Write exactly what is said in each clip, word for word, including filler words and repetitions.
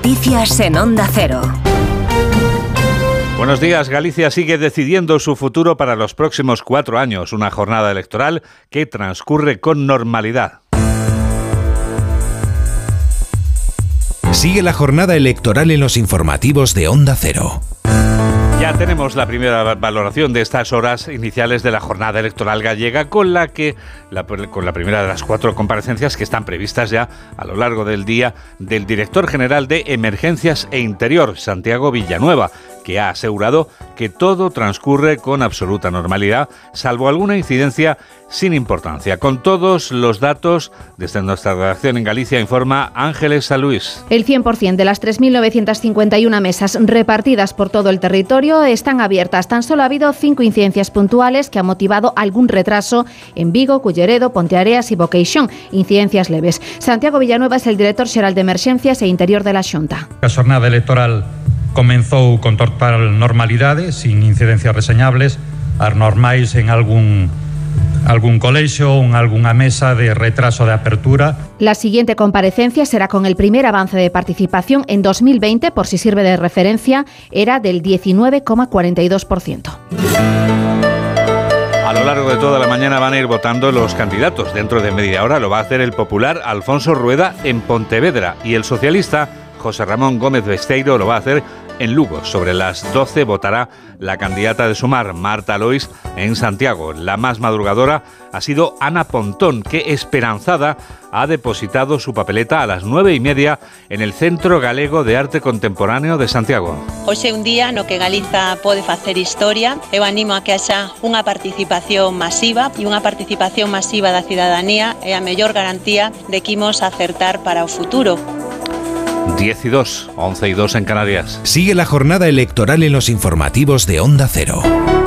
Noticias en Onda Cero. Buenos días. Galicia sigue decidiendo su futuro para los próximos cuatro años, una jornada electoral que transcurre con normalidad. Sigue la jornada electoral en los informativos de Onda Cero. Ya tenemos la primera valoración de estas horas iniciales de la jornada electoral gallega, con la que la, con la primera de las cuatro comparecencias que están previstas ya a lo largo del día del director general de Emergencias e Interior, Santiago Villanueva, que ha asegurado que todo transcurre con absoluta normalidad, salvo alguna incidencia sin importancia. Con todos los datos, desde nuestra redacción en Galicia, informa Ángeles San Luis. El cien por ciento de las tres mil novecientas cincuenta y una mesas repartidas por todo el territorio están abiertas. Tan solo ha habido cinco incidencias puntuales que han motivado algún retraso en Vigo, Culleredo, Ponteareas y Boqueixón, incidencias leves. Santiago Villanueva es el director xeral de Emerxencias e Interior de la Xunta. A xornada electoral comenzou con total normalidade, sin incidencias reseñables, as normais en algún algún colexio, en algunha mesa de retraso de apertura. La siguiente comparecencia será con el primer avance de participación en dos mil veinte, por si sirve de referencia, era del diecinueve coma cuarenta y dos por ciento. A lo largo de toda la mañana van a ir votando los candidatos. Dentro de media hora lo va a hacer el popular Alfonso Rueda en Pontevedra y el socialista José Ramón Gómez Besteiro lo va a hacer en Lugo. Sobre las doce votará la candidata de Sumar, Marta Lois, en Santiago. La más madrugadora ha sido Ana Pontón, que esperanzada ha depositado su papeleta a las nueve y media en el Centro Galego de Arte Contemporáneo de Santiago. Hoxe é un día no que Galiza pode facer historia. Eu animo a que haxa unha participación masiva, e unha participación masiva da cidadanía é a mellor garantía de que imos acertar para o futuro. diez y dos, once y dos en Canarias. Sigue la jornada electoral en los informativos de Onda Cero.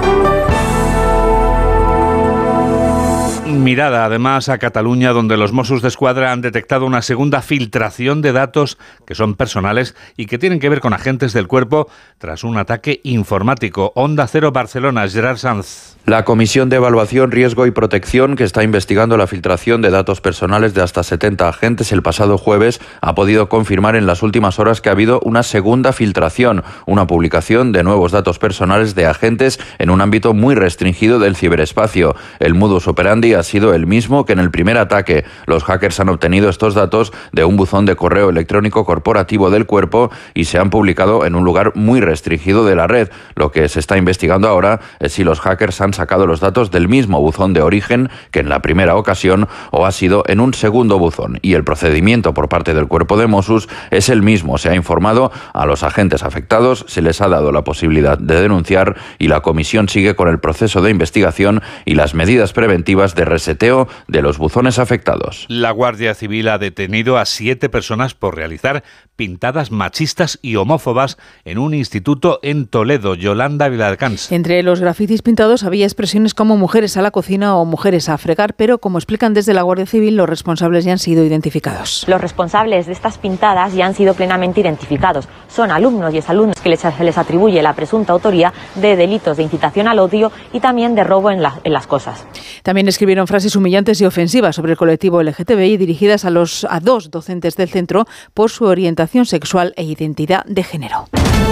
Mirada además a Cataluña, donde los Mossos d'Esquadra han detectado una segunda filtración de datos que son personales y que tienen que ver con agentes del cuerpo tras un ataque informático. Onda Cero Barcelona, Gerard Sanz. La Comisión de Evaluación, Riesgo y Protección, que está investigando la filtración de datos personales de hasta setenta agentes el pasado jueves, ha podido confirmar en las últimas horas que ha habido una segunda filtración, una publicación de nuevos datos personales de agentes en un ámbito muy restringido del ciberespacio. El modus operandi ha sido el mismo que en el primer ataque. Los hackers han obtenido estos datos de un buzón de correo electrónico corporativo del cuerpo y se han publicado en un lugar muy restringido de la red. Lo que se está investigando ahora es si los hackers han sacado los datos del mismo buzón de origen que en la primera ocasión o ha sido en un segundo buzón, y el procedimiento por parte del cuerpo de Mossos es el mismo. Se ha informado a los agentes afectados, se les ha dado la posibilidad de denunciar y la comisión sigue con el proceso de investigación y las medidas preventivas de reseteo de los buzones afectados. La Guardia Civil ha detenido a siete personas por realizar pintadas machistas y homófobas en un instituto en Toledo. Yolanda Viladecans. Entre los grafitis pintados había expresiones como mujeres a la cocina o mujeres a fregar, pero como explican desde la Guardia Civil, los responsables ya han sido identificados. Los responsables de estas pintadas ya han sido plenamente identificados. Son alumnos y exalumnos que les, se les atribuye la presunta autoría de delitos de incitación al odio y también de robo en, la, en las cosas. También escribieron frases humillantes y ofensivas sobre el colectivo L G T B I dirigidas a, los, a dos docentes del centro por su orientación sexual e identidad de género.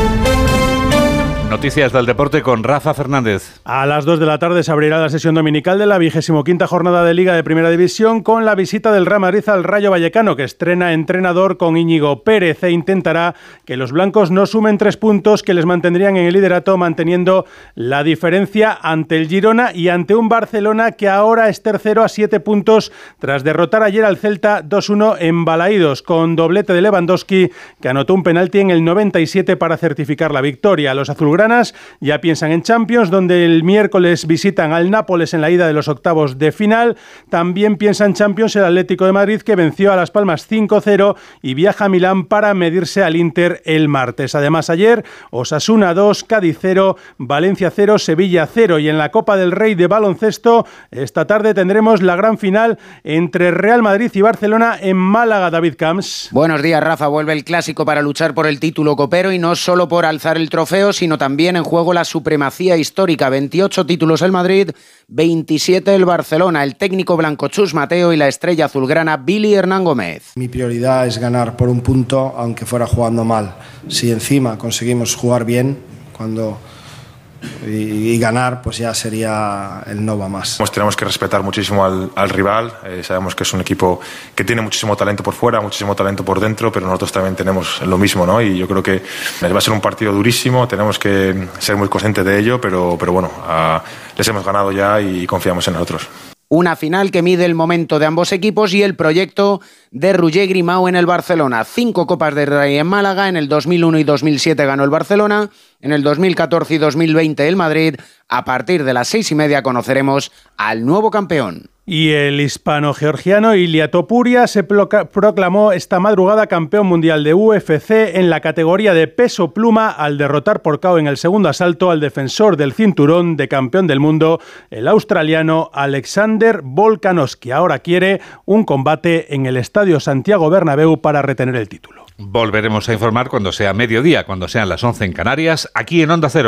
Noticias del deporte con Rafa Fernández. A las dos de la tarde se abrirá la sesión dominical de la vigésimo quinta jornada de Liga de Primera División con la visita del Real Madrid al Rayo Vallecano, que estrena entrenador con Íñigo Pérez e intentará que los blancos no sumen tres puntos que les mantendrían en el liderato, manteniendo la diferencia ante el Girona y ante un Barcelona que ahora es tercero a siete puntos tras derrotar ayer al Celta dos uno en Balaídos, con doblete de Lewandowski, que anotó un penalti en el noventa y siete para certificar la victoria. Los azulgranas ya piensan en Champions, donde el miércoles visitan al Nápoles en la ida de los octavos de final. También piensa en Champions el Atlético de Madrid, que venció a Las Palmas cinco cero y viaja a Milán para medirse al Inter el martes. Además, ayer Osasuna dos, Cádiz cero, Valencia cero, Sevilla cero. Y en la Copa del Rey de baloncesto, esta tarde tendremos la gran final entre Real Madrid y Barcelona en Málaga. David Camps. Buenos días, Rafa. Vuelve el clásico para luchar por el título copero y no solo por alzar el trofeo, sino también también en juego la supremacía histórica. veintiocho títulos el Madrid, veintisiete el Barcelona. El técnico blanco Chus Mateo y la estrella azulgrana Billy Hernán Gómez. Mi prioridad es ganar por un punto, aunque fuera jugando mal. Si encima conseguimos jugar bien cuando y, y ganar, pues ya sería el no va más. Pues tenemos que respetar muchísimo al, al rival. Eh, sabemos que es un equipo que tiene muchísimo talento por fuera, muchísimo talento por dentro, pero nosotros también tenemos lo mismo, ¿no? Y yo creo que va a ser un partido durísimo. Tenemos que ser muy conscientes de ello, pero, pero bueno, uh, les hemos ganado ya y confiamos en nosotros. Una final que mide el momento de ambos equipos y el proyecto de Roger Grimau en el Barcelona. Cinco Copas de Rey en Málaga, en el dos mil uno y dos mil siete ganó el Barcelona, en el dos mil catorce y dos mil veinte el Madrid. A partir de las seis y media conoceremos al nuevo campeón. Y el hispano-georgiano Ilia Topuria se proclamó esta madrugada campeón mundial de U F C en la categoría de peso pluma al derrotar por K O en el segundo asalto al defensor del cinturón de campeón del mundo, el australiano Alexander Volkanovski. Ahora quiere un combate en el Estadio Santiago Bernabéu para retener el título. Volveremos a informar cuando sea mediodía, cuando sean las once en Canarias, aquí en Onda Cero.